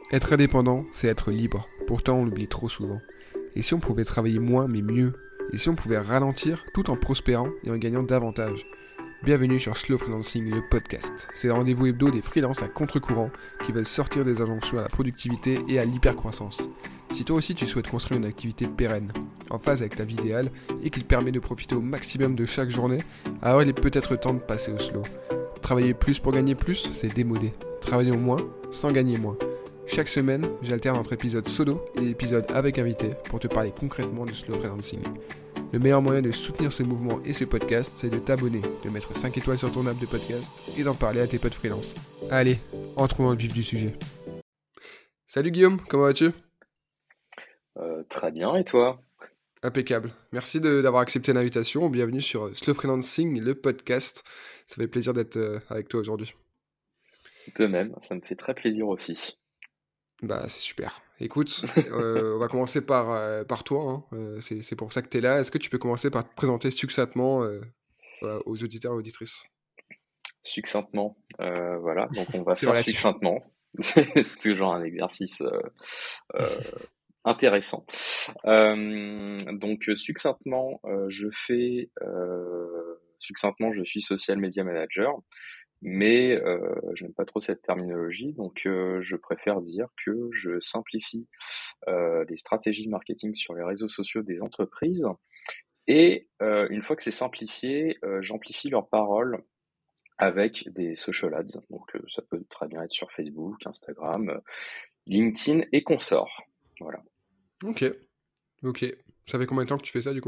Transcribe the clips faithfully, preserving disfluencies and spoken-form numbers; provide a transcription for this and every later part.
Être indépendant, c'est être libre. Pourtant, on l'oublie trop souvent. Et si on pouvait travailler moins mais mieux? Et si on pouvait ralentir tout en prospérant et en gagnant davantage? Bienvenue sur Slow Freelancing, le podcast. C'est le rendez-vous hebdo des freelances à contre-courant qui veulent sortir des injonctions à la productivité et à l'hypercroissance. Si toi aussi tu souhaites construire une activité pérenne, en phase avec ta vie idéale et qui te permet de profiter au maximum de chaque journée, alors il est peut-être temps de passer au slow. Travailler plus pour gagner plus, c'est démodé. Travaillons moins sans gagner moins. Chaque semaine, j'alterne entre épisodes solo et épisodes avec invité pour te parler concrètement du slow freelancing. Le meilleur moyen de soutenir ce mouvement et ce podcast, c'est de t'abonner, de mettre cinq étoiles sur ton app de podcast et d'en parler à tes potes freelance. Allez, entrons dans le vif du sujet. Salut Guillaume, comment vas-tu ? Euh, très bien, et toi? Impeccable. Merci de- d'avoir accepté l'invitation. Bienvenue sur euh, Slow Freelancing, le podcast. Ça fait plaisir d'être euh, avec toi aujourd'hui. De même, ça me fait très plaisir aussi. Bah, c'est super. Écoute, euh, on va commencer par, euh, par toi, hein. Euh, c'est, c'est pour ça que tu es là. Est-ce que tu peux commencer par te présenter succinctement euh, euh, aux auditeurs et auditrices ? Succinctement, euh, voilà, donc on va C'est faire relatif. succinctement. C'est toujours un exercice euh, euh, intéressant. Euh, donc euh, succinctement, euh, je fais euh, succinctement, je suis social media manager, mais euh, j'aime pas trop cette terminologie, donc euh, je préfère dire que je simplifie euh, les stratégies marketing sur les réseaux sociaux des entreprises. Et euh, une fois que c'est simplifié, euh, j'amplifie leurs paroles avec des social ads. Donc euh, ça peut très bien être sur Facebook, Instagram, euh, LinkedIn et consorts. Voilà. Ok, ok. Ça fait combien de temps que tu fais ça du coup ?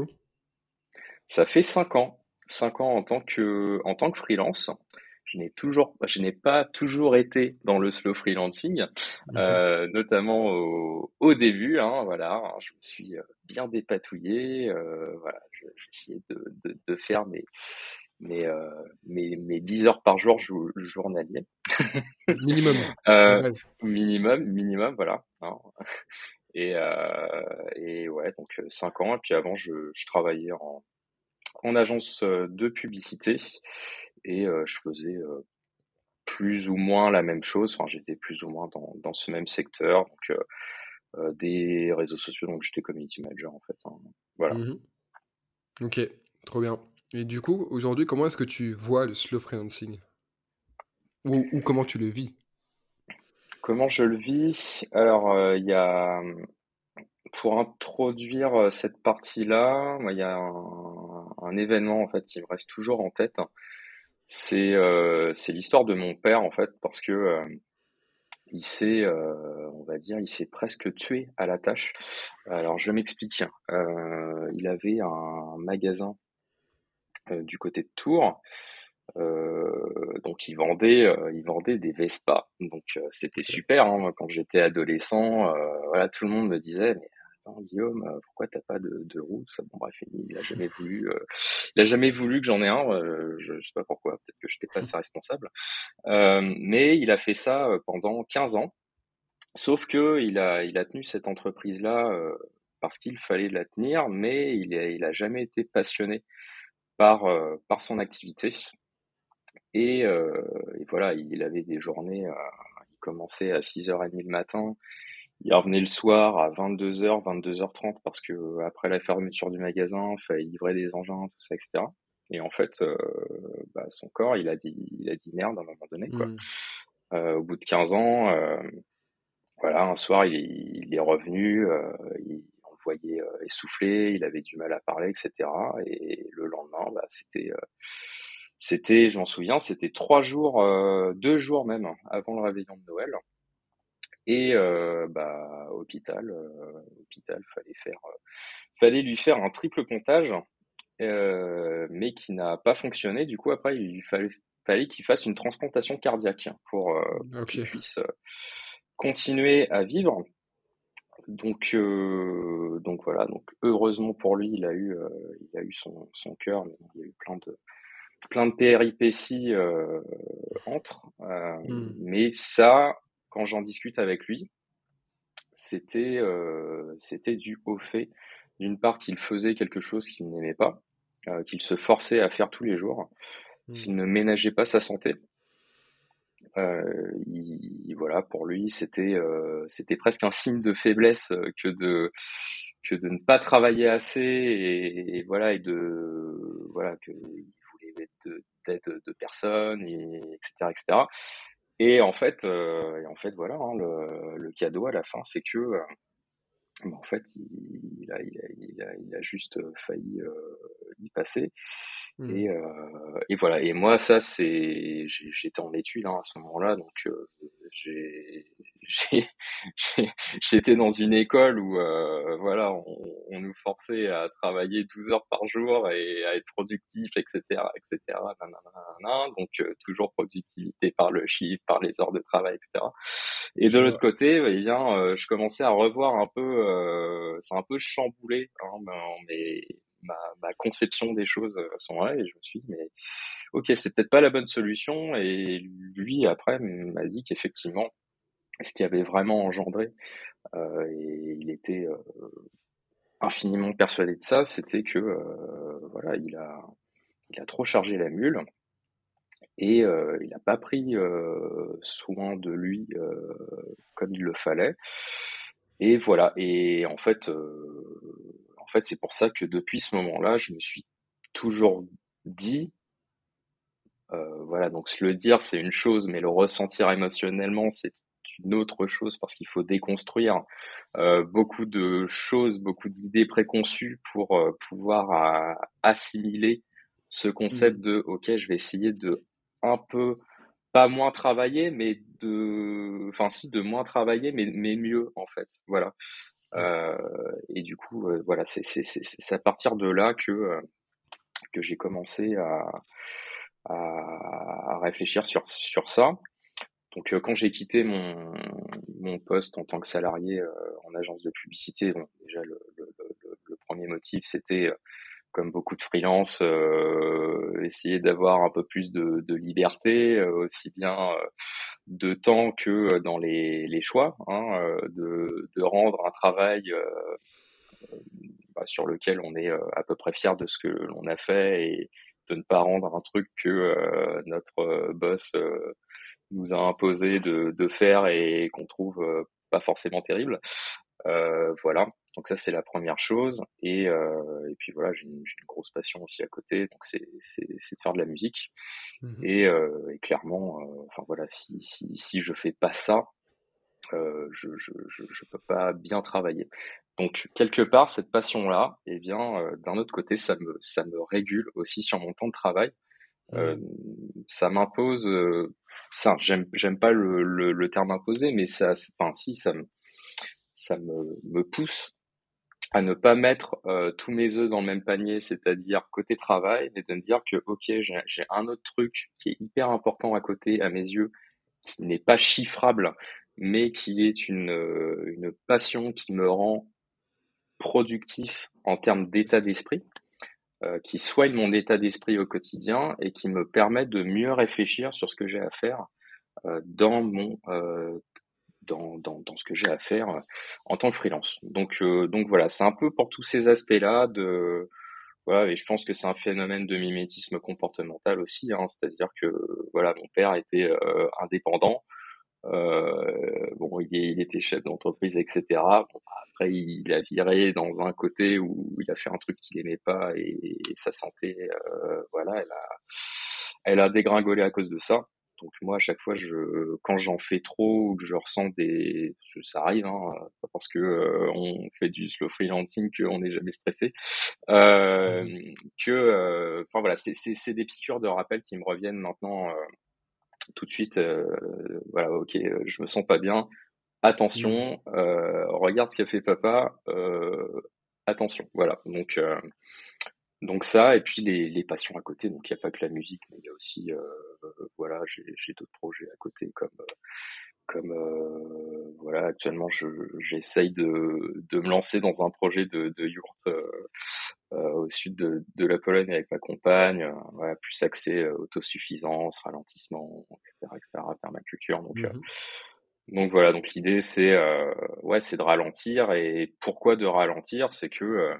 Ça fait cinq ans. Cinq ans en tant que en tant que freelance. Je n'ai toujours, je n'ai pas toujours été dans le slow freelancing, Mhm. euh, notamment au, au début. Hein, voilà, je me suis euh, bien dépatouillé. Euh, voilà, je- j'ai essayé de, de, de faire mes mes, euh, mes mes dix heures par jour jou- journalier. Minimum, la Euh, base. minimum, minimum, voilà. Hein. Et, euh, et ouais, donc euh, cinq ans. Et puis avant, je, je travaillais en, en agence euh, de publicité et euh, je faisais euh, plus ou moins la même chose. Enfin, j'étais plus ou moins dans, dans ce même secteur, donc euh, euh, des réseaux sociaux. Donc j'étais community manager en fait. Hein. Voilà. Mhm. Ok, trop bien. Et du coup, aujourd'hui, comment est-ce que tu vois le slow freelancing ? Ou, ou comment tu le vis ? Comment je le vis? Alors, euh, il y a pour introduire euh, cette partie-là, moi, il y a un, un événement en fait qui me reste toujours en tête. C'est euh, c'est l'histoire de mon père en fait parce que euh, il s'est euh, on va dire il s'est presque tué à la tâche. Alors je m'explique. Euh, il avait un magasin euh, du côté de Tours, euh, donc il vendait euh, il vendait des Vespa. Donc euh, c'était Ok. super. Hein, moi, quand j'étais adolescent, euh, voilà tout le monde me disait mais attends Guillaume, euh, pourquoi t'as pas de, de roue? Ça, bon bref, il, il a jamais voulu, euh, il a jamais voulu que j'en ai un. Euh, je, je sais pas pourquoi. Peut-être que je n'étais pas assez responsable. Euh, mais il a fait ça euh, pendant quinze ans. Sauf que il a, il a tenu cette entreprise-là euh, parce qu'il fallait la tenir, mais il a, il a jamais été passionné par, euh, par son activité. Et, euh, et voilà, il avait des journées, euh, il commençait à six heures trente le matin, il revenait le soir à vingt-deux heures, vingt-deux heures trente parce que euh, après la fermeture du magasin, il fallait livrer des engins, tout ça, et cetera. Et en fait, euh, bah, son corps, il a dit, il a dit merde à un moment donné, quoi. Hmm. Euh, au bout de quinze ans, euh, voilà, un soir, il est, il est revenu, euh, il, on le voyait euh, essoufflé, il avait du mal à parler, et cetera. Et le lendemain, bah, c'était, euh, c'était, je m'en souviens, c'était trois jours, euh, deux jours même avant le réveillon de Noël. Et euh, bah, hôpital, euh, hôpital, fallait faire, euh, fallait lui faire un triple pontage, euh, mais qui n'a pas fonctionné. Du coup, après, il fallait, fallait qu'il fasse une transplantation cardiaque pour, euh, pour Ok. qu'il puisse euh, continuer à vivre. Donc, euh, donc voilà. Donc heureusement pour lui, il a eu, euh, il a eu son, son cœur, mais bon, il y a eu plein de, plein de péripéties euh, entre. Euh, Hmm. mais ça, quand j'en discute avec lui, c'était, euh, c'était dû au fait, d'une part, qu'il faisait quelque chose qu'il n'aimait pas, euh, qu'il se forçait à faire tous les jours, Hmm. qu'il ne ménageait pas sa santé. Euh, il, voilà, pour lui, c'était euh, c'était presque un signe de faiblesse euh, que de que de ne pas travailler assez et, et voilà et de voilà que il voulait être de, d'aide de personne et etc etc. Et en fait euh, et en fait voilà hein, le, le cadeau à la fin c'est que euh, bah, en fait il, il a, il a il a il a juste failli euh, y passer Mmh. et euh, et voilà et moi ça c'est j'ai- j'étais en études hein, à ce moment-là donc euh, j'ai j'ai j'ai- j'étais dans une école où euh, voilà on, on nous forçait à travailler douze heures par jour et à être productif etc etc nanana, donc euh, toujours productivité par le chiffre par les heures de travail etc et de Je l'autre vois. côté eh bien euh, je commençais à revoir un peu euh, c'est un peu chamboulé hein, mais ma, ma conception des choses à ce moment-là et je me suis dit mais ok c'est peut-être pas la bonne solution et lui après m'a dit qu'effectivement ce qui avait vraiment engendré euh, et il était euh, infiniment persuadé de ça c'était que euh, voilà il a il a trop chargé la mule et euh, il n'a pas pris euh, soin de lui euh, comme il le fallait et voilà et en fait euh, en fait c'est pour ça que depuis ce moment-là je me suis toujours dit Euh, voilà, donc se le dire, c'est une chose, mais le ressentir émotionnellement, c'est une autre chose parce qu'il faut déconstruire euh, beaucoup de choses, beaucoup d'idées préconçues pour euh, pouvoir euh, assimiler ce concept Mmh. de OK, je vais essayer de un peu pas moins travailler, mais de, enfin si, de moins travailler, mais mais mieux en fait. Voilà. Ouais. Euh, et du coup, euh, voilà, c'est c'est c'est c'est à partir de là que euh, que j'ai commencé à à, à réfléchir sur, sur ça. Donc euh, quand j'ai quitté mon, mon poste en tant que salarié euh, en agence de publicité, bon, déjà le, le, le, le premier motif c'était, euh, comme beaucoup de freelance, euh, essayer d'avoir un peu plus de, de liberté, euh, aussi bien euh, de temps que euh, dans les, les choix, hein, euh, de, de rendre un travail euh, bah, sur lequel on est euh, à peu près fier de ce que l'on a fait et de ne pas rendre un truc que euh, notre euh, boss euh, nous a imposé de, de faire et qu'on trouve euh, pas forcément terrible. Euh, voilà. Donc ça c'est la première chose et, euh, et puis voilà j'ai une, j'ai une grosse passion aussi à côté donc c'est c'est c'est de faire de la musique Mmh. et, euh, et clairement euh, enfin voilà si si si je fais pas ça euh, je, je je je peux pas bien travailler donc quelque part cette passion là eh bien euh, d'un autre côté ça me ça me régule aussi sur mon temps de travail. Euh, Mmh. ça m'impose euh, ça j'aime j'aime pas le, le, le terme imposé mais ça enfin si ça me ça me, me pousse à ne pas mettre euh, tous mes œufs dans le même panier, c'est-à-dire côté travail, mais de me dire que ok j'ai j'ai un autre truc qui est hyper important à côté à mes yeux, qui n'est pas chiffrable, mais qui est une euh, une passion qui me rend productif en termes d'état d'esprit, euh, qui soigne mon état d'esprit au quotidien et qui me permet de mieux réfléchir sur ce que j'ai à faire euh, dans mon euh, dans, dans, dans ce que j'ai à faire euh, en tant que freelance. Donc, euh, donc voilà, c'est un peu pour tous ces aspects-là de voilà, et je pense que c'est un phénomène de mimétisme comportemental aussi, hein, c'est-à-dire que voilà, mon père était euh, indépendant, euh, bon, il, est- il était chef d'entreprise, et cetera. Bon, après, il a viré dans un côté où il a fait un truc qu'il aimait pas et, et sa santé, euh, voilà, elle a, elle a dégringolé à cause de ça. Donc moi, à chaque fois, je, quand j'en fais trop ou que je ressens des, ça arrive, hein, pas parce que euh, on fait du slow freelancing qu'on n'est jamais stressé, euh, Mmh. que, euh, enfin voilà, c'est c'est c'est des piqûres de rappel qui me reviennent maintenant euh, tout de suite. Euh, voilà, ok, euh, je me sens pas bien. Mmh. Attention, euh, regarde ce qu'a fait papa. Euh, attention, voilà. Donc euh, donc ça et puis les, les passions à côté. Donc il y a pas que la musique, mais il y a aussi euh, voilà, j'ai j'ai d'autres projets à côté comme comme euh, voilà actuellement je j'essaye de de me lancer dans un projet de de yurt euh, euh, au sud de de la Pologne avec ma compagne, euh, voilà, plus axé euh, autosuffisance, ralentissement, et cetera, et cetera, permaculture. Donc euh, Mmh. donc voilà, donc l'idée c'est euh, ouais, c'est de ralentir et pourquoi de ralentir, c'est que euh,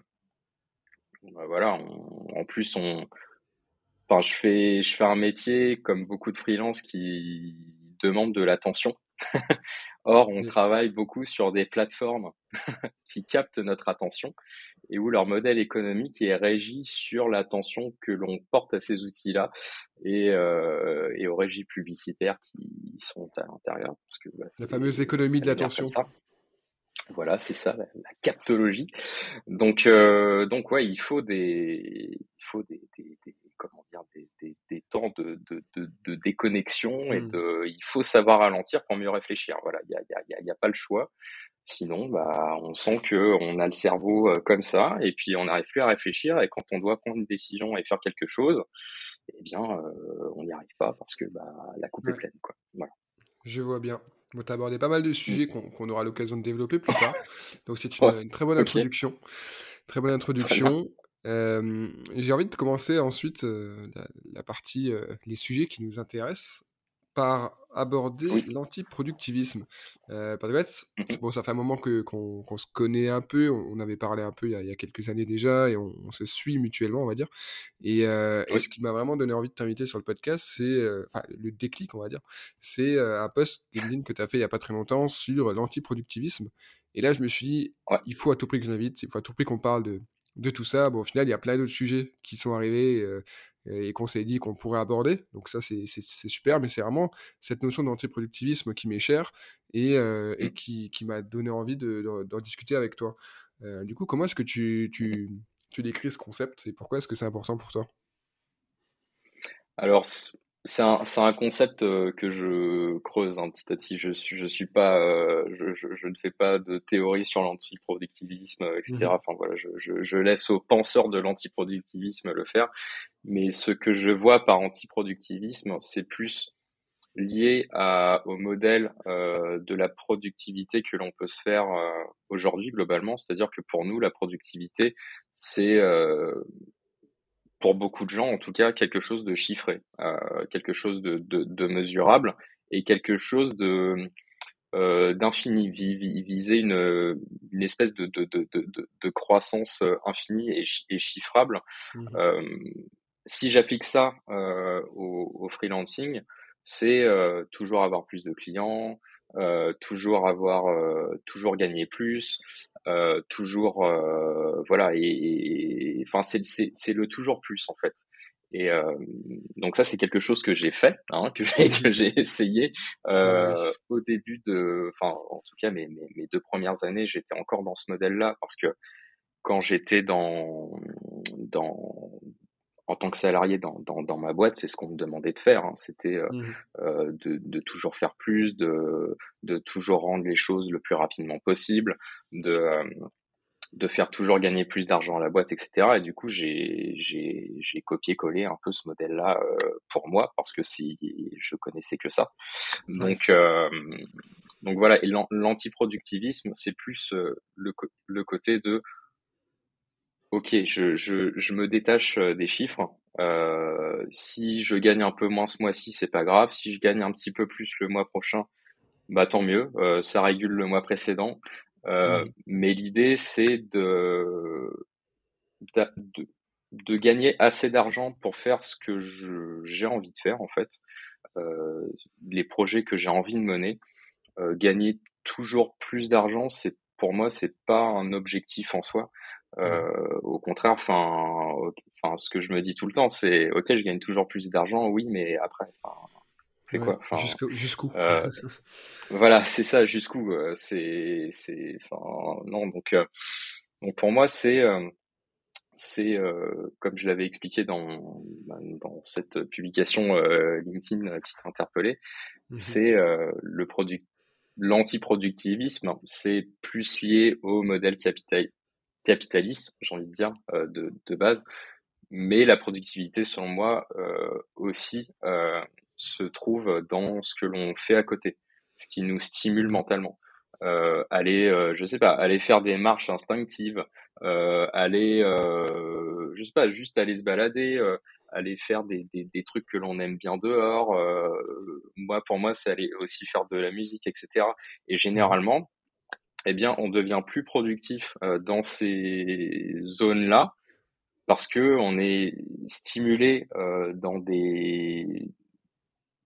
bah, voilà, on- en plus on enfin je fais je fais un métier comme beaucoup de freelance qui demande de l'attention. Or, on Yes. travaille beaucoup sur des plateformes qui captent notre attention et où leur modèle économique est régi sur l'attention que l'on porte à ces outils-là et, euh, et aux régies publicitaires qui sont à l'intérieur, parce que bah, La c'est, fameuse économie ça de génère comme l'attention. ça. Voilà, c'est ça, la, la captologie. Donc, euh, donc ouais, il faut des, il faut des, des, des comment dire, des, des, des temps de, de, de, de déconnexion et Hmm. de, il faut savoir ralentir pour mieux réfléchir. Voilà, il y a, il y a, il y a pas le choix. Sinon, bah, on sent que on a le cerveau euh, comme ça, et puis on n'arrive plus à réfléchir. Et quand on doit prendre une décision et faire quelque chose, eh bien, euh, on n'y arrive pas parce que bah, la coupe est Ouais, pleine, quoi. Voilà. je vois bien. Bon, tu as abordé pas mal de Mm. sujets qu'on qu'on aura l'occasion de développer plus tard. Donc c'est une, Ouais. une très bonne Ok. introduction. Très bonne Très bien. introduction. Hem, j'ai envie de commencer ensuite, heu, la la partie, heu, les sujets qui nous intéressent par aborder Oui. l'antiproductivisme. Heu, parce qu'en fait, Mhm. bon, ça fait un moment que qu'on qu'on se connaît un peu, on on avait parlé un peu il y a il y a quelques années déjà et on on se suit mutuellement, on va dire et heu et Oui. ce qui m'a vraiment donné envie de t'inviter sur le podcast, c'est, heu, enfin le déclic, on va dire, c'est, heu, un post LinkedIn que tu as fait il y a pas très longtemps sur l'antiproductivisme et là, je me suis dit: Ouais. «Il faut à tout prix que je l'invite, il faut à tout prix qu'on parle de de tout ça». Bon, au final, il y a plein d'autres sujets qui sont arrivés, heu et qu'on s'est dit qu'on pourrait aborder, donc ça, c'est c'est c'est super, mais c'est vraiment cette notion d'antiproductivisme qui m'est chère et heu et Mm. qui qui m'a donné envie de d'en d'en discuter avec toi. Heu, du coup, comment est-ce que tu Mhm. tu tu décris ce concept et pourquoi est-ce que c'est important pour toi? Alors, c- c'est un, c'est un concept euh, que je creuse un petit à petit. Je suis, je suis pas, euh, je, je, je ne fais pas de théorie sur l'antiproductivisme, euh, Mmh. et cetera. Enfin voilà, je, je, je laisse aux penseurs de l'antiproductivisme le faire. Mais ce que je vois par antiproductivisme, c'est plus lié à, au modèle euh, de la productivité que l'on peut se faire euh, aujourd'hui globalement. C'est-à-dire que pour nous, la productivité, c'est euh, pour beaucoup de gens, en tout cas, quelque chose de chiffré, euh, quelque chose de, de, de mesurable et quelque chose de euh, d'infini, vi- vi- viser une, une espèce de, de, de, de, de de croissance euh, infinie et, chi- et chiffrable. Mmh. Euh, Si j'applique ça euh, au, au freelancing, c'est euh, toujours avoir plus de clients, euh, toujours avoir, euh, toujours gagner plus, euh, toujours, euh, voilà, et, et- enfin c'est c'est c'est le toujours plus en fait. Et euh, donc ça c'est quelque chose que j'ai fait, hein, que j'ai que Mmh. j'ai essayé Oui. euh, au début de, enfin en tout cas mes, mes mes deux premières années j'étais encore dans ce modèle-là parce que quand j'étais dans dans en tant que salarié dans, dans, dans ma boîte, c'est ce qu'on me demandait de faire, hein. C'était euh, Mmh. euh, de, de toujours faire plus, de, de toujours rendre les choses le plus rapidement possible, de, euh, de faire toujours gagner plus d'argent à la boîte, et cetera. Et du coup, j'ai, j'ai, j'ai copié-collé un peu ce modèle-là euh, pour moi, parce que si je connaissais que ça. Ouais. Donc, euh, donc voilà, et l'an- l'antiproductivisme, c'est plus euh, le, co- le côté de Ok, je, je, je me détache euh, des chiffres. Euh, si je gagne un peu moins ce mois-ci, c'est pas grave. Si je gagne un petit peu plus le mois prochain, bah tant mieux. Euh, ça régule le mois précédent. Euh, Mmh. mais l'idée, c'est de, d'a- de de gagner assez d'argent pour faire ce que je j'ai envie de faire en fait. Euh, les projets que j'ai envie de mener. Euh, gagner toujours plus d'argent, c'est pour moi, c'est pas un objectif en soi. Mmh. Euh, au contraire, enfin, enfin, ce que je me dis tout le temps, c'est ok, je gagne toujours plus d'argent, oui, mais après, enfin, je fais Ouais. quoi? Enfin, Jusqu'où jusqu'où? euh, voilà, c'est ça, jusqu'où? euh, C'est, c'est, enfin, non. Donc, euh, donc pour moi, c'est, euh, c'est euh, comme je l'avais expliqué dans dans cette publication euh, LinkedIn euh, qui t'a interpellé, Mmh. c'est euh, le produit l'antiproductivisme, c'est plus lié au modèle capital, capitaliste, j'ai envie de dire, euh, de, de base. Mais la productivité, selon moi, euh, aussi euh, se trouve dans ce que l'on fait à côté, ce qui nous stimule Ouais. mentalement. Euh, aller, euh, je sais pas, aller faire des marches instinctives, euh, aller, euh, je sais pas, juste aller se balader, euh, aller faire des, des, des trucs que l'on aime bien dehors. Euh, moi, pour moi, c'est aller aussi faire de la musique, et cetera. Et Mmh. généralement, eh bien, on devient plus productif euh, dans ces zones-là parce que on est stimulé euh, dans des pour-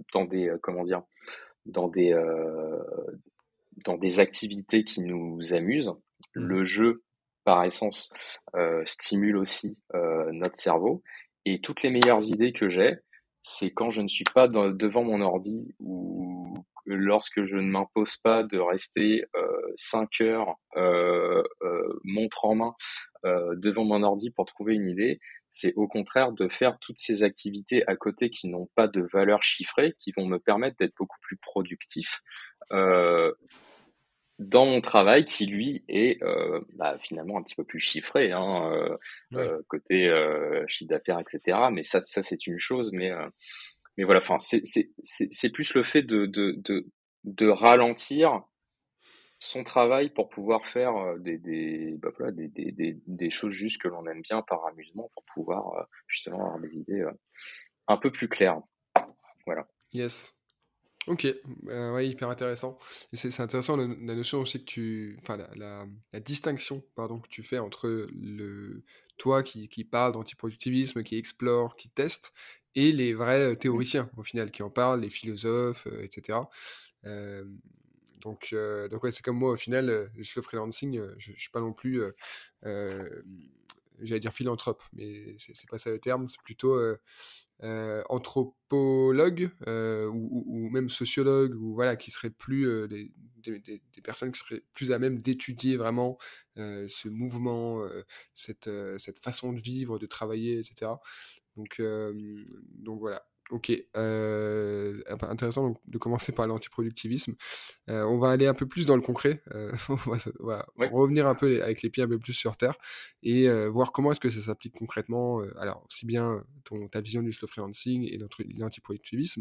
dans des euh, comment dire dans des euh, dans des activités qui nous amusent. Mhm. Le jeu, par essence, euh, stimule aussi euh, notre cerveau. Et toutes les meilleures idées que j'ai, c'est quand je ne suis pas dans- devant mon ordi ou lorsque je ne m'impose pas de rester euh, cinq heures euh, euh, montre en main euh, devant mon ordi pour trouver une idée. C'est au contraire de faire toutes ces activités à côté qui n'ont pas de valeur chiffrée, qui vont me permettre d'être beaucoup plus productif. Euh, dans mon travail qui lui est euh, bah, finalement un petit peu plus chiffré, hein, euh, Ouais. euh, côté euh, chiffre d'affaires, et cetera. Mais ça, ça c'est une chose. Mais euh, mais voilà, enfin c'est c'est c'est c'est plus le fait de de de de ralentir son travail pour pouvoir faire euh, des des bah voilà des des des des choses juste que l'on aime bien par amusement pour pouvoir euh, justement avoir des idées euh, un peu plus claires. Voilà. Yes. Ok, euh, ouais, hyper intéressant. Et c'est c'est intéressant la, la notion aussi que tu, enfin la, la, la distinction, pardon, que tu fais entre le toi qui, qui parle d'antiproductivisme, qui explore, qui teste, et les vrais euh, Mhm. théoriciens au final qui en parlent, les philosophes, euh, et cetera. Euh, donc, euh, donc ouais, c'est comme moi au final, euh, je fais le freelancing, euh, je, je suis pas non plus, euh, euh, j'allais dire philanthrope, mais c'est c'est pas ça le terme, c'est plutôt euh, euh, anthropologues euh, ou, ou- ou même sociologues ou voilà qui seraient plus euh, des, des- des- des personnes qui seraient plus à même d'étudier vraiment euh, ce mouvement, euh, cette, euh, cette façon de vivre, de travailler, et cetera. Donc, euh, donc voilà. Ok, euh, intéressant donc, de commencer par l'antiproductivisme. Euh, on va aller un peu plus dans le concret. Euh, on va, on va Oui. revenir un peu les- avec les pieds un peu plus sur terre et euh, voir comment est-ce que ça s'applique concrètement. Euh, alors, aussi bien ton, ta vision du slow freelancing et l'anti- l'antiproductivisme.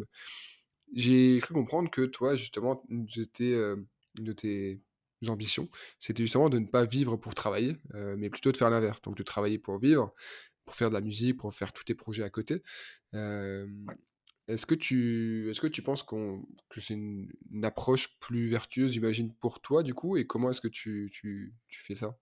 J'ai cru comprendre que toi, justement, une de tes, euh, une de tes ambitions, c'était justement de ne pas vivre pour travailler, euh, mais plutôt de faire l'inverse. Donc, de travailler pour vivre, pour faire de la musique, pour faire tous tes projets à côté. Euh, est-ce que tu, est-ce que tu penses qu'on, que c'est une, une approche plus vertueuse, j'imagine, pour toi, du coup, et comment est-ce que tu, tu, tu fais ça?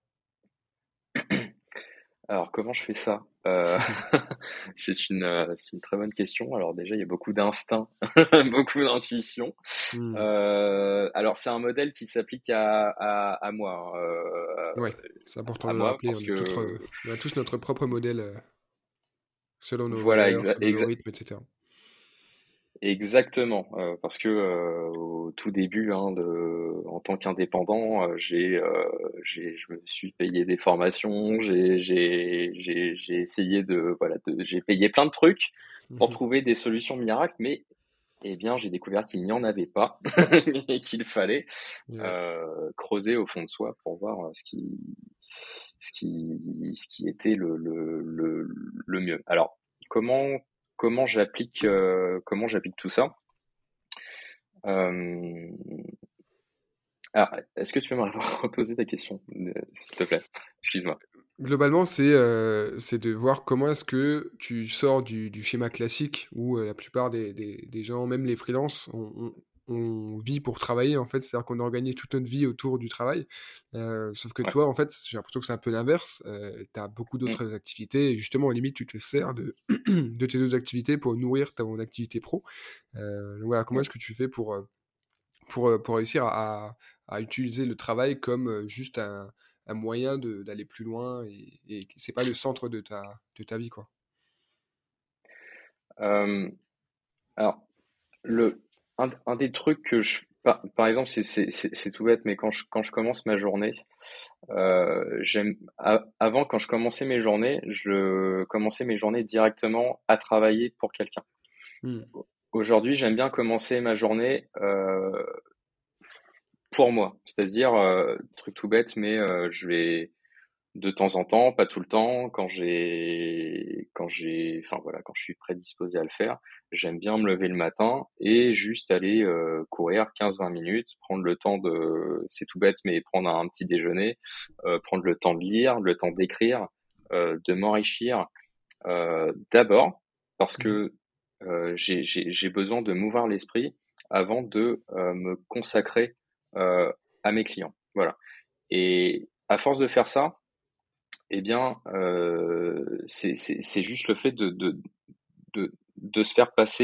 Alors, comment je fais ça? Euh, c'est une, euh, c'est une très bonne question. Alors déjà, il y a beaucoup d'instinct, beaucoup d'intuition. Hmm. Euh, alors, c'est un modèle qui s'applique à, à, à moi, hein, euh, Ouais, c'est important à de le moi, rappeler. parce On a, tous, que euh, on a tous notre propre modèle euh, selon nos voilà, valeurs, exa- selon nos exa- rythmes, et cetera. exactement, euh, parce que euh, au tout début, hein, de, en tant qu'indépendant, euh, j'ai, euh, j'ai, je me suis payé des formations, j'ai, j'ai, j'ai, j'ai essayé de, voilà, de, j'ai payé plein de trucs pour Mhm. trouver des solutions miracles, mais eh bien, j'ai découvert qu'il n'y en avait pas et qu'il fallait Ouais. euh, creuser au fond de soi pour voir ce qui, ce qui, ce qui était le, le, le, le mieux. Alors, comment, comment j'applique, euh, comment j'applique tout ça? Euh, alors, est-ce que tu peux me reposer ta question, euh, s'il te plaît? Excuse-moi. Globalement, c'est euh, c'est de voir comment est-ce que tu sors du, du schéma classique où euh, la plupart des, des, des gens, même les freelances, on, on, on vit pour travailler en fait, c'est-à-dire qu'on organise toute notre vie autour du travail. Euh, sauf que Ouais. toi, en fait, j'ai l'impression que c'est un peu l'inverse. Tu as beaucoup Mm. d'autres activités et justement, au limite, tu te sers de, de tes deux activités pour nourrir ton activité pro. Euh, donc voilà, comment Mm. est-ce que tu fais pour, euh, pour, euh, pour réussir à, à utiliser le travail comme euh, juste un, un moyen de- d'aller plus loin et, et que c'est pas le centre de ta, de ta vie, quoi. Euh, alors, Le, un, un des trucs que je, par, par exemple, c'est c'est- c'est- c'est tout bête, mais quand je, quand je commence ma journée, euh, j'aime, a- avant, quand je commençais mes journées, je commençais mes journées directement à travailler pour quelqu'un. Hmm. Aujourd'hui, j'aime bien commencer ma journée euh, pour moi, c'est-à-dire, euh, truc tout bête, mais euh, je vais de temps en temps, pas tout le temps, quand j'ai, quand j'ai, enfin voilà, quand je suis prédisposé à le faire, j'aime bien me lever le matin et juste aller euh, courir quinze vingt minutes, prendre le temps de, c'est tout bête, mais prendre un petit déjeuner, euh, prendre le temps de lire, le temps d'écrire, euh, de m'enrichir, euh, d'abord parce Mhm. que euh, j'ai, j'ai, j'ai besoin de m'ouvrir l'esprit avant de euh, me consacrer euh, à mes clients. Voilà. Et à force de faire ça, eh bien, euh, c'est c'est- c'est juste le fait de, de, de, de se faire passer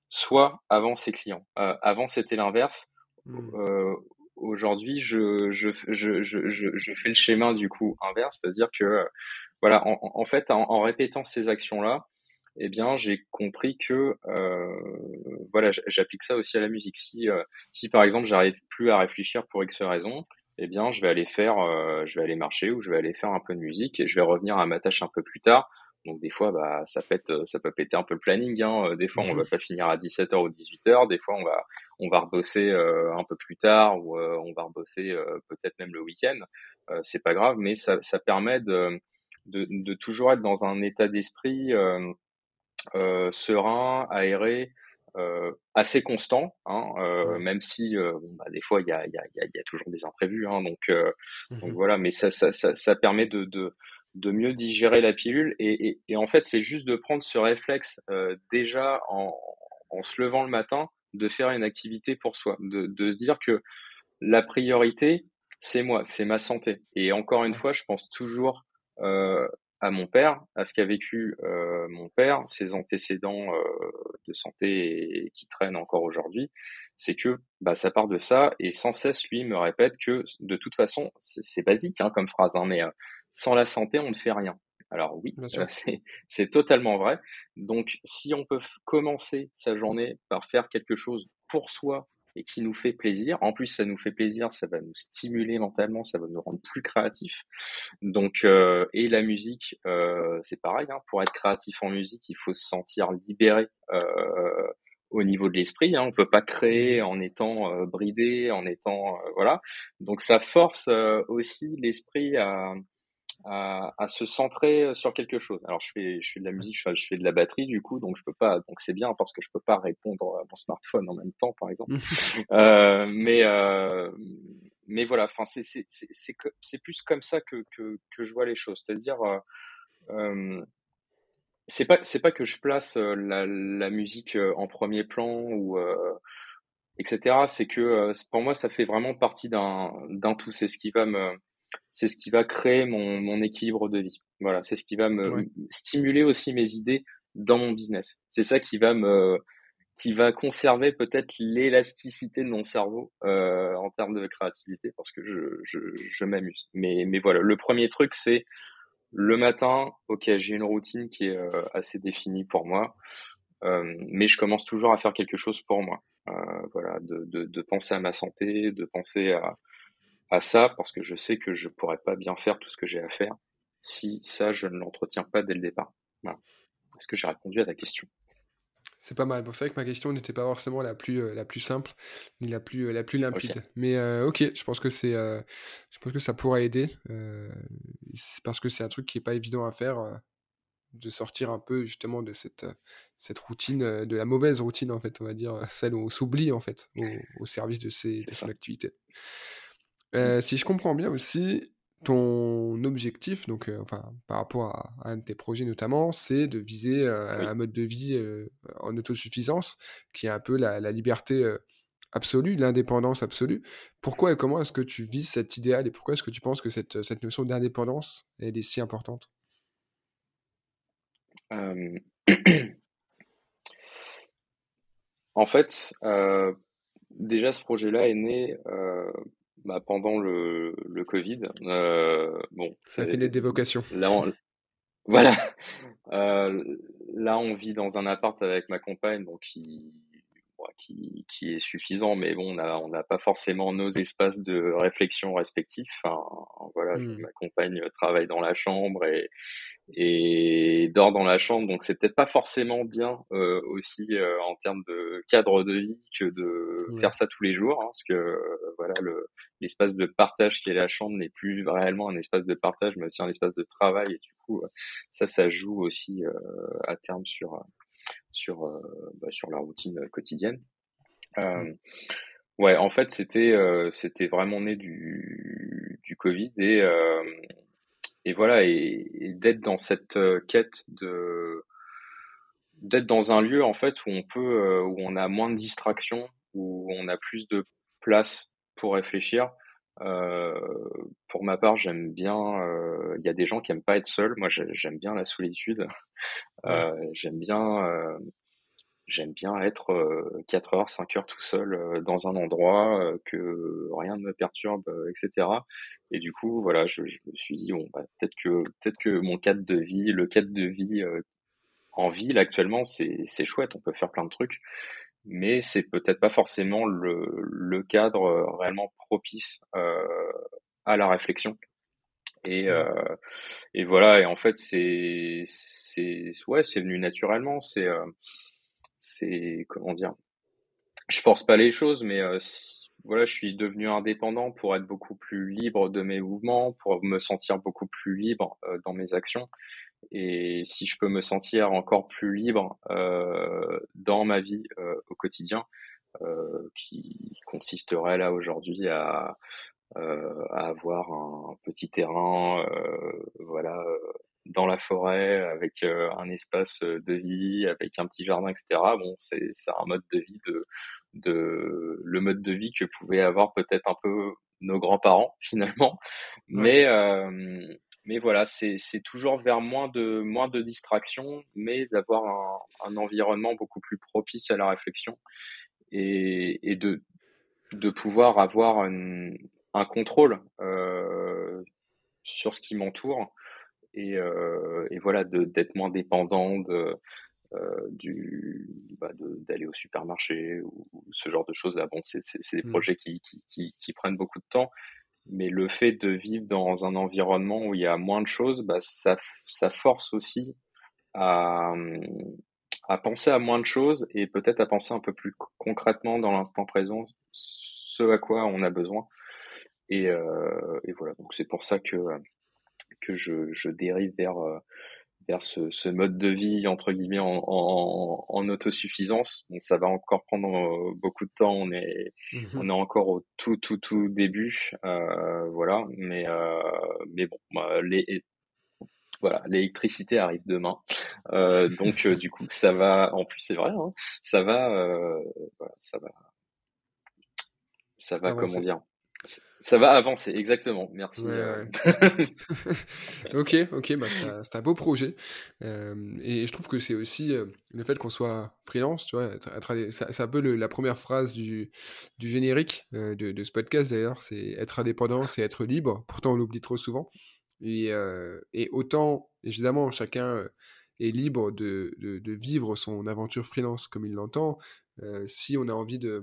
soit avant ses clients. Euh, avant, c'était l'inverse. Hmm. Euh, Aujourd'hui, je, je, je, je, je, je fais le schéma du coup inverse, c'est-à-dire que euh, voilà, en, en fait, en, en répétant ces actions-là, eh bien, j'ai compris que euh, voilà, j- j'applique ça aussi à la musique. Si, euh, si par exemple, j'arrive plus à réfléchir pour X raison, eh bien, je vais aller faire, euh, je vais aller marcher ou je vais aller faire un peu de musique et je vais revenir à ma tâche un peu plus tard. Donc des fois, bah, ça pète, ça peut péter un peu le planning, hein. Euh, Des fois, on va pas finir à dix-sept heures ou dix-huit heures. Des fois, on va, on va rebosser euh, un peu plus tard ou euh, on va rebosser euh, peut-être même le week-end. Euh, c'est pas grave, mais ça, ça permet de, de, de toujours être dans un état d'esprit euh, euh, serein, aéré, euh, assez constant, hein, euh, Ouais. même si euh, bon, bah, des fois il y a, il y, a, il y a toujours des imprévus, hein, donc, euh, donc Mhm. voilà, mais ça, ça, ça, ça permet de, de, de mieux digérer la pilule et, et, et en fait c'est juste de prendre ce réflexe euh, déjà en, en se levant le matin, de faire une activité pour soi, de, de se dire que la priorité, c'est moi, c'est ma santé. Et encore une Ouais. fois, je pense toujours euh, à mon père, à ce qu'a vécu euh, mon père, ses antécédents euh, de santé et, qui traînent encore aujourd'hui. C'est que bah, ça part de ça et sans cesse, lui me répète que de toute façon, c'est c'est basique hein, comme phrase, hein, mais euh, sans la santé, on ne fait rien. Alors oui, Bien euh, sûr. c'est c'est totalement vrai. Donc si on peut f- commencer sa journée par faire quelque chose pour soi et qui nous fait plaisir. En plus, ça nous fait plaisir, ça va nous stimuler mentalement, ça va nous rendre plus créatifs. Donc, euh, et la musique, euh, c'est pareil. Hein, pour être créatif en musique, il faut se sentir libéré euh, au niveau de l'esprit. Hein, on peut pas créer Mhm. en étant euh, bridé, en étant euh, voilà. Donc, ça force euh, aussi l'esprit à à, à se centrer sur quelque chose. Alors je fais je fais de la musique, je fais, je fais de la batterie du coup, donc je peux pas, donc c'est bien parce que je peux pas répondre à mon smartphone en même temps, par exemple. Euh, mais euh, mais voilà, enfin c'est c'est c'est c'est que- c'est plus comme ça que que que je vois les choses. C'est-à-dire euh, euh, c'est pas c'est pas que je place euh, la la musique euh, en premier plan ou euh, et cetera. C'est que euh, pour moi ça fait vraiment partie d'un d'un tout. C'est ce qui va me c'est ce qui va créer mon mon équilibre de vie. Voilà, c'est ce qui va me Ouais. stimuler aussi mes idées dans mon business. C'est ça qui va me qui va conserver peut-être l'élasticité de mon cerveau euh, en termes de créativité parce que je, je, je m'amuse. Mais, mais voilà, le premier truc, c'est le matin, ok, j'ai une routine qui est euh, assez définie pour moi, euh, mais je commence toujours à faire quelque chose pour moi. Euh, voilà, de, de, de penser à ma santé, de penser à, à ça, parce que je sais que je pourrais pas bien faire tout ce que j'ai à faire si ça, je ne l'entretiens pas dès le départ. Voilà. Est-ce que j'ai répondu à ta question? C'est pas mal. Bon, c'est vrai que ma question n'était pas forcément la plus, heu, la plus simple, ni la plus, heu, la plus Ok. limpide. Mais, heu, OK, je pense que c'est, heu, je pense que ça pourrait aider, heu, c'est parce que c'est un truc qui est pas évident à faire, heu, de sortir un peu justement de cette, heu, cette routine, heu, de la mauvaise routine en fait, on va dire, heu, celle où on s'oublie en fait, au au service de ses de C'est son ça. activité. Mm. Heu, si je comprends bien aussi, ton objectif, donc heu, enfin, par rapport à à un de tes projets notamment, c'est de viser, heu, un Oui. mode de vie, heu, en autosuffisance, qui est un peu la la liberté, heu, absolue, l'indépendance absolue. Pourquoi et comment est-ce que tu vises cet idéal et pourquoi est-ce que tu penses que cette, cette notion d'indépendance, elle est si importante? Euh, En fait, heu, déjà ce projet-là est né, heu, bah, pendant le le covid. Heu, bon, Ça fait c'est lettre d'évocation. là on voilà, heu, là on vit dans un appart avec ma compagne donc qui bon, qui qui est suffisant, mais bon, on a on n'a pas forcément nos espaces de réflexion respectifs. Enfin, voilà, je Mmh. ma compagne travaille dans la chambre et et dort dans la chambre. Donc c'est peut-être pas forcément bien euh, aussi euh, en termes de cadre de vie que de Ouais. faire ça tous les jours, hein, parce que euh, voilà le l'espace de partage qui est la chambre n'est plus réellement un espace de partage, mais aussi un espace de travail. Et du coup, euh, ça, ça joue aussi euh, à terme sur sur euh, bah, sur la routine quotidienne. Mmh. Euh, ouais, en fait, c'était euh, c'était vraiment né du du Covid et euh, et voilà, et, et d'être dans cette euh, quête de d'être dans un lieu en fait où on peut euh, où on a moins de distractions, où on a plus de place pour réfléchir. Euh, pour ma part, j'aime bien. euh, Il y a des gens qui aiment pas être seuls. Moi, j'ai- j'aime bien la solitude. Ouais. Euh, j'aime bien. euh, j'aime bien être euh, quatre heures, cinq heures tout seul euh, dans un endroit, euh, que rien ne me perturbe, euh, et cetera. Et du coup, voilà, je, je me suis dit, bon, bah, peut-être que peut-être que mon cadre de vie, le cadre de vie euh, en ville actuellement, c'est c'est chouette, on peut faire plein de trucs, mais c'est peut-être pas forcément le le cadre euh, réellement propice euh, à la réflexion. Et Ouais. euh, et voilà, et en fait, c'est c'est ouais, c'est venu naturellement. C'est euh, c'est comment dire? Je force pas les choses, mais euh, si- voilà, je suis devenu indépendant pour être beaucoup plus libre de mes mouvements, pour me sentir beaucoup plus libre euh, dans mes actions. Et si je peux me sentir encore plus libre euh, dans ma vie euh, au quotidien, euh, qui consisterait là aujourd'hui à, euh, à avoir un petit terrain, euh, voilà, euh, dans la forêt, avec euh, un espace de vie, avec un petit jardin, et cetera. Bon, c'est c'est un mode de vie de de le mode de vie que pouvaient avoir peut-être un peu nos grands-parents finalement, Ouais. mais euh, mais voilà, c'est c'est toujours vers moins de moins de distractions, mais d'avoir un, un environnement beaucoup plus propice à la réflexion et, et de de pouvoir avoir une- un contrôle euh, sur ce qui m'entoure et, euh, et voilà de d'être moins dépendant de euh, du bah, de- d'aller au supermarché ou, ou ce genre de choses là. Bon, c'est c'est c'est des Mm. projets qui, qui qui qui prennent beaucoup de temps, mais le fait de vivre dans un environnement où il y a moins de choses, bah ça ça force aussi à à penser à moins de choses et peut-être à penser un peu plus co- concrètement dans l'instant présent ce à quoi on a besoin. Et, euh, et voilà, donc c'est pour ça que, que je, je dérive vers, euh, vers ce, ce mode de vie, entre guillemets, en, en, en autosuffisance. Bon, ça va encore prendre euh, beaucoup de temps, on est, Mhm. on est encore au tout, tout, tout début, euh, voilà, mais, euh, mais bon, bah, les, voilà, l'électricité arrive demain, euh, donc euh, du coup, ça va, en plus c'est vrai, hein, ça va, euh, voilà, ça va, ça va, comment Avancé. dire, ça va avancer, exactement, Ouais, merci. euh. ouais. Ok, ok, bah c'est un, c'est un beau projet. Euh, et je trouve que c'est aussi euh, le fait qu'on soit freelance, tu vois, être- être indé- c'est c'est un peu le- la première phrase du, du générique euh, de, de ce podcast d'ailleurs, c'est être indépendant, c'est être libre. Pourtant, on l'oublie trop souvent. Et, euh, et autant, évidemment, chacun euh, est libre de, de, de vivre son aventure freelance comme il l'entend. Euh, si on a envie de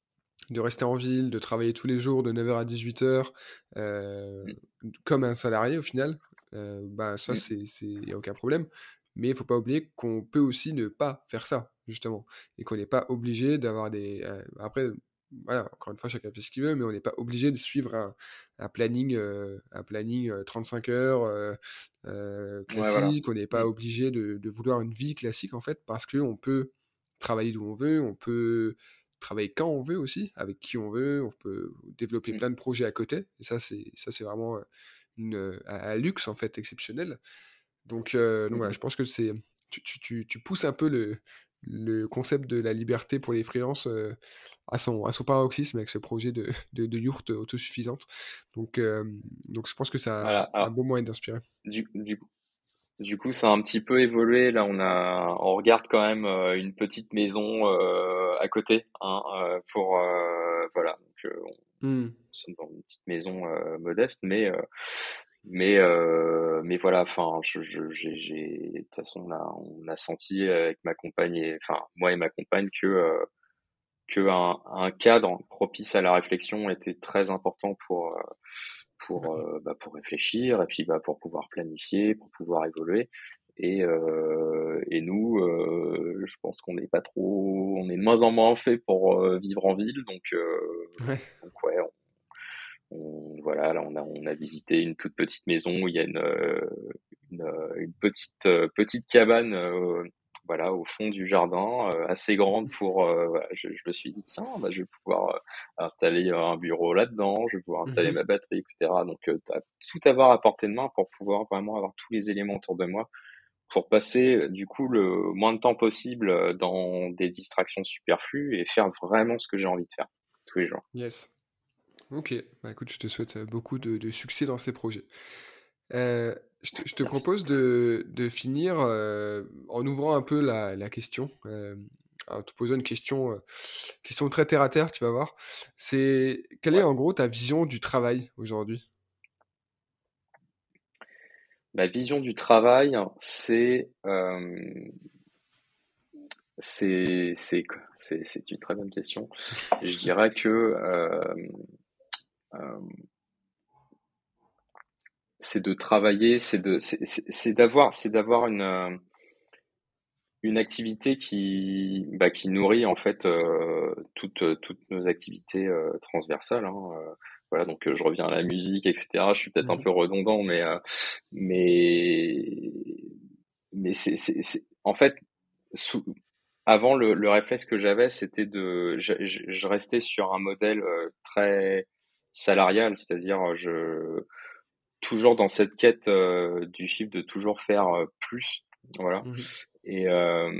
de rester en ville, de travailler tous les jours de neuf heures à dix-huit heures, euh, comme un salarié au final, euh, bah ça, Mm, c'est, c'est, y a aucun problème. Mais il faut pas oublier qu'on peut aussi ne pas faire ça, justement. Et qu'on n'est pas obligé d'avoir des... euh, après, voilà, encore une fois, chacun fait ce qu'il veut, mais on n'est pas obligé de suivre un, un planning, euh, un planning euh, trente-cinq heures euh, euh, ouais, voilà. classique. On n'est pas Mm, obligé de, de vouloir une vie classique, en fait, parce qu'on peut travailler d'où on veut, on peut travailler quand on veut aussi, avec qui on veut, on peut développer mm, plein de projets à côté, et ça c'est ça c'est vraiment euh, une, euh, un, un luxe en fait exceptionnel. Donc, euh, donc mm, voilà, mm. je pense que c'est tu, tu, tu, tu pousses un peu le, le concept de la liberté pour les freelances euh, à son à son paroxysme avec ce projet de, de, de yourte autosuffisante. Donc, euh, donc je pense que c'est un, Voilà. un Alors, bon moyen d'inspirer. du, du coup, du coup, ça a un petit peu évolué. Là, on a, on regarde quand même euh, une petite maison euh, à côté, hein, euh, pour euh, voilà. Donc, euh, on Hmm. sommes dans une petite maison euh, modeste, mais euh, mais euh, mais voilà. Enfin, je, je, j'ai, j'ai- de toute façon, on a, on a senti avec ma compagne et enfin moi et ma compagne que euh, que un, un cadre propice à la réflexion était très important pour euh, pour Ouais. euh, bah, pour réfléchir et puis bah pour pouvoir planifier, pour pouvoir évoluer. Et euh, et nous, euh, je pense qu'on n'est pas trop, on est de moins en moins fait pour euh, vivre en ville, donc euh, Ouais. donc ouais, on, on- voilà, là on a on a visité une toute petite maison où il y a une euh, une, euh, une petite euh, petite cabane euh, voilà au fond du jardin euh, assez grande pour euh, voilà, je, je me suis dit tiens bah, je vais pouvoir euh, installer un bureau là-dedans, je vais pouvoir installer Mhm. ma batterie, etc. Donc euh, t'as tout avoir à portée de main pour pouvoir vraiment avoir tous les éléments autour de moi pour passer euh, du coup le moins de temps possible euh, dans des distractions superflues et faire vraiment ce que j'ai envie de faire tous les jours. Yes. Ok. Bah écoute, je te souhaite euh, beaucoup de, de succès dans ces projets. Euh, je te, je te Merci. propose de, de finir euh, en ouvrant un peu la, la question. Euh, Alors, te poser une question, euh, question très terre à terre, tu vas voir. C'est quelle est Ouais. en gros ta vision du travail aujourd'hui? Ma vision du travail, c'est euh, c'est c'est c'est c'est une très bonne question. Je dirais que euh, euh, c'est de travailler, c'est de c'est c'est c'est d'avoir c'est d'avoir une euh, une activité qui bah, qui nourrit en fait euh, toutes toutes nos activités euh, transversales, hein, euh, voilà, donc euh, je reviens à la musique, et cetera. Je suis peut-être un Mhm. peu redondant, mais euh, mais mais c'est c'est c'est en fait sous, avant le, le réflexe que j'avais, c'était de je, je, je restais sur un modèle euh, très salarial, c'est-à-dire je toujours dans cette quête euh, du chiffre de toujours faire euh, plus, voilà. Mhm. Et euh,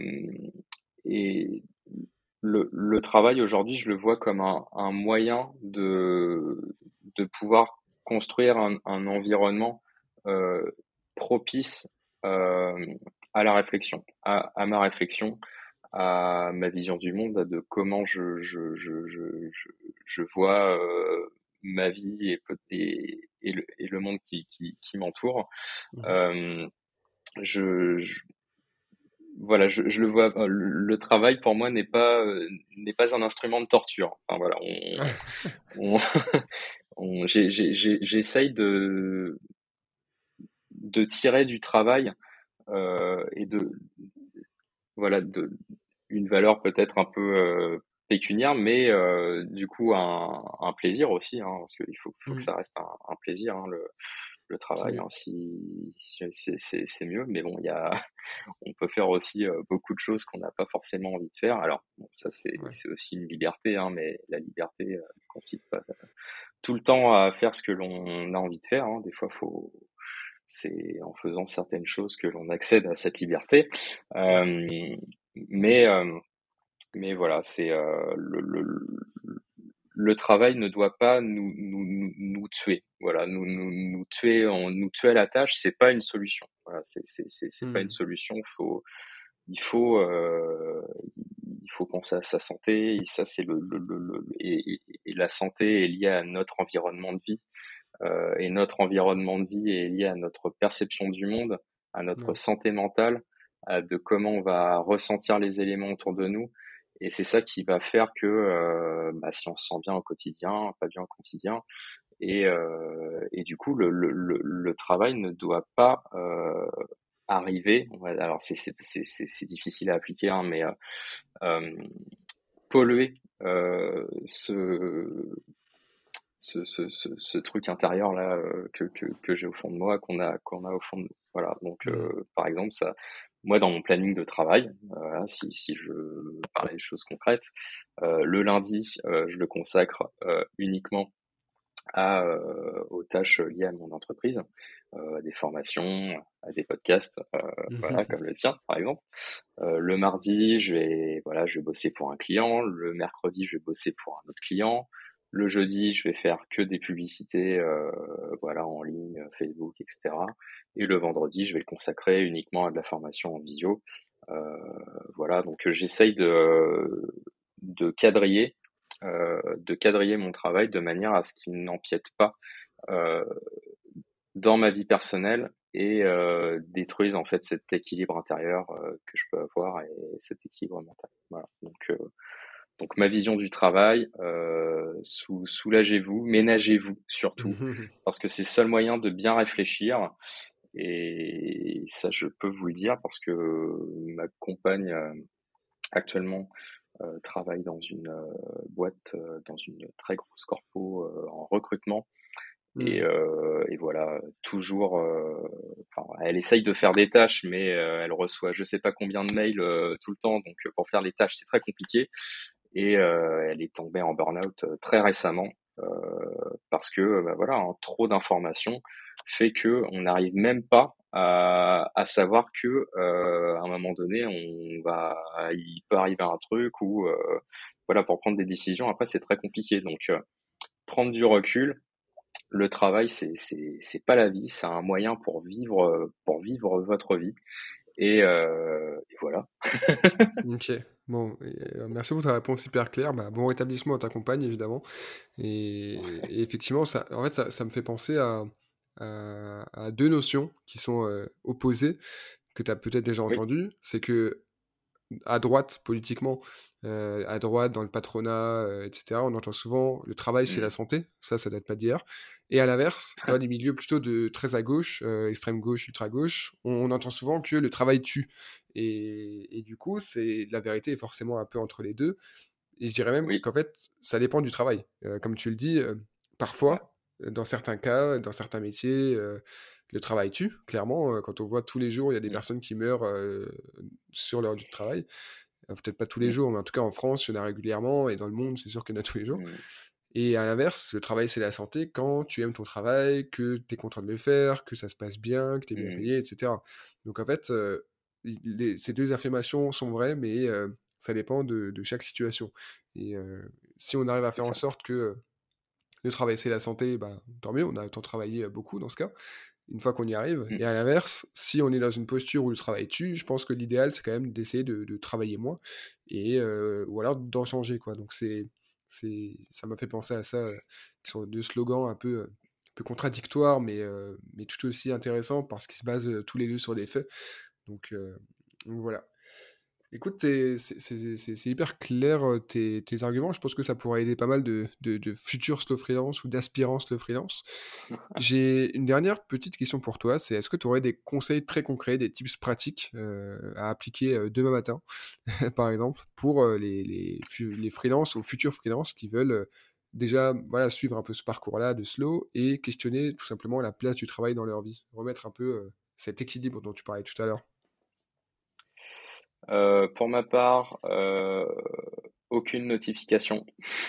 et le, le travail aujourd'hui, je le vois comme un, un moyen de de pouvoir construire un, un environnement euh, propice euh, à la réflexion, à, à ma réflexion, à ma vision du monde, de comment je, je, je, je, je, je vois euh, ma vie et, peut- et, et, le, et le monde qui, qui, qui m'entoure. Mhm. Euh, je, je- voilà, je, je le vois. euh, Le, le travail pour moi n'est pas euh, n'est pas un instrument de torture. Enfin voilà, on, on, on- j'ai- j'ai- j'ai- j'essaye de de tirer du travail euh, et de voilà de une valeur peut-être un peu euh, pécuniaire, mais euh, du coup un, un plaisir aussi, hein, parce qu'il faut, faut que Mhm. ça reste un, un plaisir, hein, le, le C'est travail, mieux. hein, si, si c'est, c'est, c'est mieux, mais bon, il y a, on peut faire aussi euh, beaucoup de choses qu'on n'a pas forcément envie de faire. Alors bon, ça c'est, Ouais. c'est aussi une liberté, hein, mais la liberté euh, consiste pas tout le temps à faire ce que l'on a envie de faire. Hein. Des fois, faut, c'est en faisant certaines choses que l'on accède à cette liberté. Ouais. Euh, mais euh, mais voilà, c'est euh, le, le, le travail ne doit pas nous, nous, nous, nous tuer. Voilà, nous, nous, nous tuer, on, nous tuer à la tâche, c'est pas une solution. Voilà, c'est, c'est, c'est, c'est pas une Mhm. solution. Faut, il faut, euh, il faut penser à sa santé. Et ça, c'est le, le, le, le- et, et, et la santé est liée à notre environnement de vie. Euh, et notre environnement de vie est lié à notre perception du monde, à notre Ouais. santé mentale, à de comment on va ressentir les éléments autour de nous. Et c'est ça qui va faire que euh, bah, si on se sent bien au quotidien, pas bien au quotidien. Et, euh, et du coup, le, le, le, le travail ne doit pas euh, arriver. Alors c'est c'est c'est c'est c'est difficile à appliquer, hein, mais euh, euh, polluer euh, ce ce, ce, ce, ce truc intérieur là euh, que, que, que j'ai au fond de moi, qu'on a qu'on a au fond de nous. Voilà. Donc Mhm. euh, par exemple ça, moi dans mon planning de travail, euh, voilà, si si je parlais de choses concrètes, euh, le lundi euh, je le consacre euh, uniquement à euh, aux tâches liées à mon entreprise, euh, à des formations, à des podcasts, euh, voilà Mhm. comme le tien par exemple. Euh, le mardi, je vais, voilà, je vais bosser pour un client. Le mercredi, je vais bosser pour un autre client. Le jeudi, je vais faire que des publicités, euh, voilà, en ligne, Facebook, et cetera. Et le vendredi, je vais le consacrer uniquement à de la formation en visio. Euh, voilà, donc euh, j'essaye de, de quadriller, euh, de quadriller mon travail de manière à ce qu'il n'empiète pas euh, dans ma vie personnelle et euh, détruisent en fait cet équilibre intérieur euh, que je peux avoir et cet équilibre mental. Voilà. Donc, euh, donc ma vision du travail, euh, sou- soulagez-vous, ménagez-vous surtout, Mhm. parce que c'est le seul moyen de bien réfléchir. Et ça, je peux vous le dire parce que ma compagne euh, actuellement euh, travaille dans une euh, boîte, euh, dans une très grosse corpo euh, en recrutement. Et, Mhm. euh, et voilà, toujours, euh, enfin, elle essaye de faire des tâches, mais euh, elle reçoit je sais pas combien de mails euh, tout le temps, donc euh, pour faire les tâches, c'est très compliqué. Et euh, elle est tombée en burn-out euh, très récemment euh, parce que euh, bah, voilà, hein, trop d'informations fait que on n'arrive même pas à, à savoir que euh, à un moment donné, on va, il peut arriver un truc ou euh, voilà, pour prendre des décisions. Après, c'est très compliqué. Donc, euh, prendre du recul, le travail, c'est c'est c'est pas la vie, c'est un moyen pour vivre euh, pour vivre votre vie et, euh, et voilà. Ok. Bon, et, heu, merci pour ta réponse hyper claire. Bah, bon rétablissement à ta compagne évidemment et Ouais. et effectivement ça en fait ça ça me fait penser à à à deux notions qui sont, heu, opposées, que tu as peut-être déjà Oui. entendues. C'est que à droite, politiquement, heu, à droite, dans le patronat, heu, et cetera, on entend souvent: «Le travail, c'est la Mmh. santé». Ça, ça date pas d'hier et à l'inverse, dans les milieux plutôt de très à gauche, heu, extrême gauche, ultra gauche, on on entend souvent que le travail tue et et du coup, c'est la vérité est forcément un peu entre les deux et je dirais même Oui. qu'en fait, ça dépend du travail. Heu, comme tu le dis, heu, Ouais. parfois, heu, dans certains cas, dans certains métiers, heu, le travail tue, clairement, heu, quand on voit tous les jours, il y a des Mmh. personnes qui meurent, heu, sur leur lieu de travail. Heu, peut-être pas tous les Mmh. jours, mais en tout cas en France, il y en a régulièrement et dans le monde, c'est sûr qu'il y en a tous les jours. Mmh. Et à l'inverse, le travail, c'est la santé quand tu aimes ton travail, que tu es content de le faire, que ça se passe bien, que tu es bien Mmh. payé, et cetera. Donc en fait, heu, i les ces deux affirmations sont vraies, mais heu, ça dépend de de chaque situation. Et heu, si on arrive à C'est faire en ça. sorte que, heu, le travail, c'est la santé, bah, tant mieux, on a autant travaillé, heu, beaucoup dans ce cas, une fois qu'on y arrive. Mmh. Et à l'inverse, si on est dans une posture où le travail tue, je pense que l'idéal, c'est quand même d'essayer de de travailler moins et heu, ou alors d'en changer, quoi. Donc c'est c'est ça m'a fait penser à ça, heu, qui sont deux slogans un peu, heu, un peu contradictoires, mais heu, mais tout aussi intéressants parce qu'ils se basent, heu, tous les deux sur des faits. Donc heu, donc voilà. Écoute, tes c'est c'est c'est c'est hyper clair, heu, tes tes arguments. Je pense que ça pourrait aider pas mal de de de futurs slow freelance ou d'aspirants slow freelance. J'ai une dernière petite question pour toi, c'est est-ce que tu aurais des conseils très concrets, des tips pratiques, heu, à appliquer, heu, demain matin, par exemple, pour, heu, les les fu les freelances ou futurs freelances qui veulent, heu, déjà, voilà, suivre un peu ce parcours-là de slow et questionner tout simplement la place du travail dans leur vie? Remettre un peu, heu, cet équilibre dont tu parlais tout à l'heure. Heu, pour ma part, heu, aucune notification.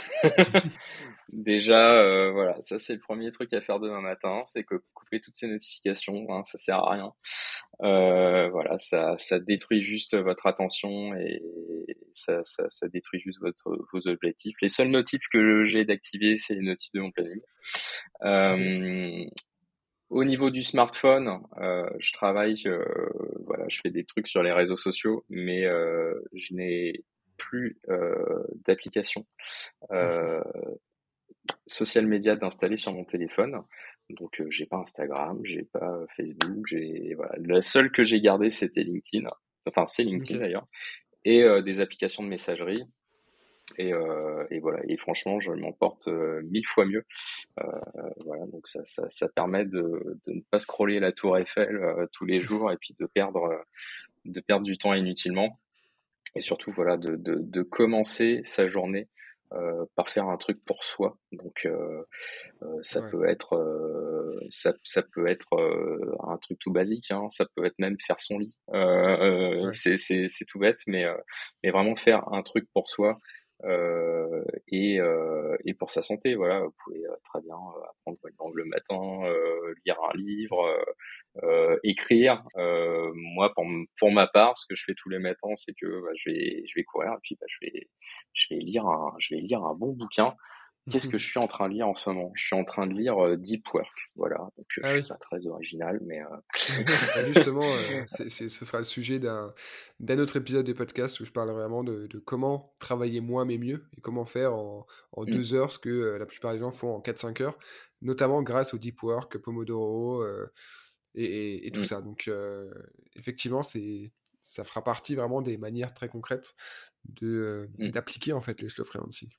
Déjà, heu, voilà, ça c'est le premier truc à faire demain matin, c'est que couper toutes ces notifications, hein, ça sert à rien. Heu, voilà, ça ça détruit juste votre attention et ça ça ça détruit juste votre vos objectifs. Les seuls notifs que j'ai d'activés, c'est les notifs de mon planning. OK. Hem, au niveau du smartphone, heu, je travaille, heu, voilà, je fais des trucs sur les réseaux sociaux, mais heu, je n'ai plus, heu, d'application, heu, social media d'installer sur mon téléphone. Donc, heu, j'ai pas Instagram, j'ai pas euh, Facebook, j'ai voilà. La seule que j'ai gardée, c'était LinkedIn. Enfin, c'est LinkedIn OK. d'ailleurs et heu, des applications de messagerie et heu et voilà et franchement, je m'en porte, heu, mille fois mieux. Heu, voilà, donc ça ça ça permet de de ne pas scroller la tour Eiffel, heu, tous les jours et puis de perdre, heu, de perdre du temps inutilement et surtout, voilà, de de de commencer sa journée, heu, par faire un truc pour soi. Donc heu heu, ça Ouais, peut être, heu, ça ça peut être, heu, un truc tout basique, hein, ça peut être même faire son lit. Heu heu, ouais. c'est c'est c'est tout bête, mais heu, mais vraiment faire un truc pour soi, heu et heu et pour sa santé, voilà. Vous pouvez, heu, très bien, heu, apprendre une langue le matin, heu, lire un livre, heu heu, écrire. Heu, moi, pour m pour ma part, ce que je fais tous les matins, c'est que, bah, je vais je vais courir et puis, bah, je vais je vais lire un je vais lire un bon bouquin. Qu'est-ce que je suis en train de lire en ce moment? Je suis en train de lire, heu, Deep Work, voilà, donc heu, Ah je suis oui. pas très original, mais heu, Bah, justement, heu, c'est c'est ce sera le sujet d'un d'un autre épisode des podcasts où je parle vraiment de de comment travailler moins mais mieux et comment faire en en mmh, deux heures ce que, heu, la plupart des gens font en quatre cinq heures, notamment grâce au deep work, Pomodoro, heu et et et tout mmh, ça. Donc heu, effectivement, c'est ça fera partie vraiment des manières très concrètes de, heu, mmh, d'appliquer en fait le slow freelancing.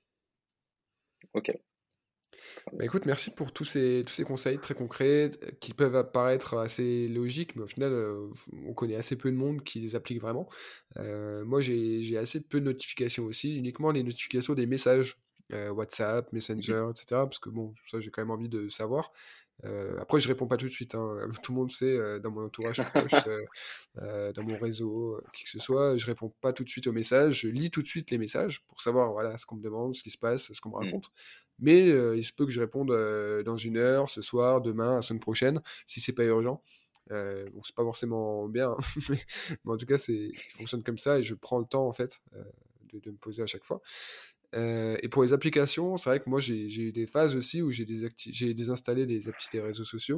OK, très Bah, bien. écoute, merci pour tous ces tous ces conseils très concrets, t qui peuvent apparaître assez logiques, mais au final, heu, f on connaît assez peu de monde qui les applique vraiment. Heu, moi, j'ai j'ai assez peu de notifications aussi, uniquement les notifications des messages, heu, WhatsApp, Mmh Messenger et cetera, parce que bon, ça, j'ai quand même envie de savoir. Heu, après, je réponds pas tout de suite, hein, tout le monde sait, heu, dans mon entourage proche, heu heu, dans mon réseau, heu, qui que ce soit, je réponds pas tout de suite aux messages. Je lis tout de suite les messages pour savoir, voilà, ce qu'on me demande, ce qui se passe, ce qu'on me mh, raconte. Mais heu, il se peut que je réponde, heu, dans une heure, ce soir, demain, la semaine prochaine, si c'est pas urgent. Heu, bon, c'est pas forcément bien, hein, mais mais en tout cas, c'est il fonctionne comme ça et je prends le temps, en fait, heu, de de me poser à chaque fois. Heu et pour les applications, c'est vrai que moi, j'ai j'ai eu des phases aussi où j'ai désacti j'ai désinstallé les applis des réseaux sociaux.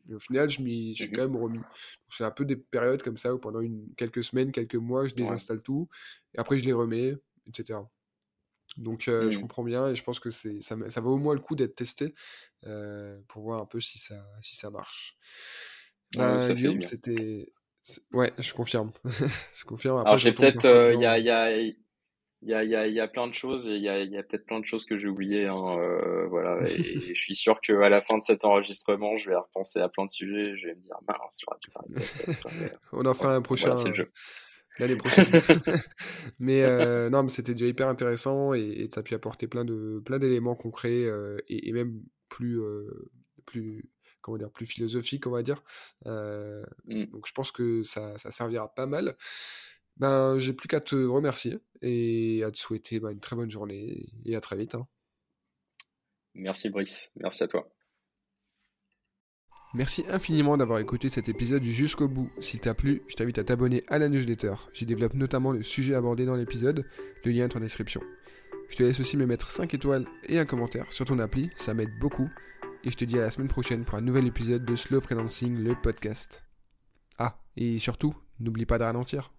Et au final, je m'y suis Mmh. quand même remis. Donc, c'est un peu des périodes comme ça où pendant une, quelques semaines, quelques mois, je Ouais. désinstalle tout et après je les remets, et cetera. Donc, euh, je Mmh. comprends bien et je pense que c'est, ça, ça vaut au moins le coup d'être testé euh, pour voir un peu si ça, si ça marche. Ouais, Ben, ça fait du Guillaume, bien. c'était. c'est- Ouais, je confirme. Je confirme. Alors Après, je j'ai retombe peut-être, euh, il parfois y a, dedans. il y a, il y a, il y a, il y a plein de choses et il y a, il y a peut-être plein de choses que j'ai oubliées. Hein, euh, voilà, et je suis sûr que à la fin de cet enregistrement, je vais repenser à plein de sujets. Je vais me dire mince, j'aurais dû parler de ça, de ça, de ça. Mais On en fera bon, un voilà, prochain c'est le euh, jeu. l'année prochaine. Mais euh, non, mais c'était déjà hyper intéressant et tu as pu apporter plein de plein d'éléments concrets euh, et, et même plus euh, plus comment dire plus philosophiques, on va dire. Euh, Mm. donc je pense que ça, ça servira pas mal. Ben, j'ai plus qu'à te remercier et à te souhaiter ben, une très bonne journée et à très vite, hein. Merci Brice, merci à toi. Merci infiniment d'avoir écouté cet épisode jusqu'au bout. S'il t'a plu, je t'invite à t'abonner à la newsletter. J'y développe notamment le sujet abordé dans l'épisode, le lien est en description. Je te laisse aussi me mettre cinq étoiles et un commentaire sur ton appli, ça m'aide beaucoup. Et je te dis à la semaine prochaine pour un nouvel épisode de Slow Freelancing, le podcast. Ah, et surtout, n'oublie pas de ralentir.